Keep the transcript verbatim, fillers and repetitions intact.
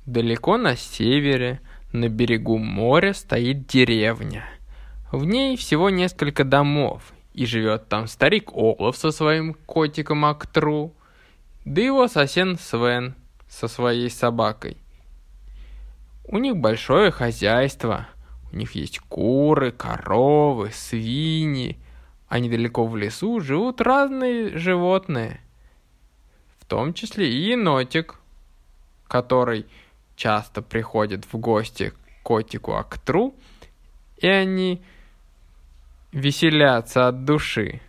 Далеко на севере, на берегу моря, стоит деревня. В ней всего несколько домов, и живет там старик Олаф со своим котиком Актру, да его сосед Свен со своей собакой. У них большое хозяйство, у них есть куры, коровы, свиньи, а недалеко в лесу живут разные животные, в том числе и енотик, который часто приходит в гости к котику Актру, и они веселятся от души.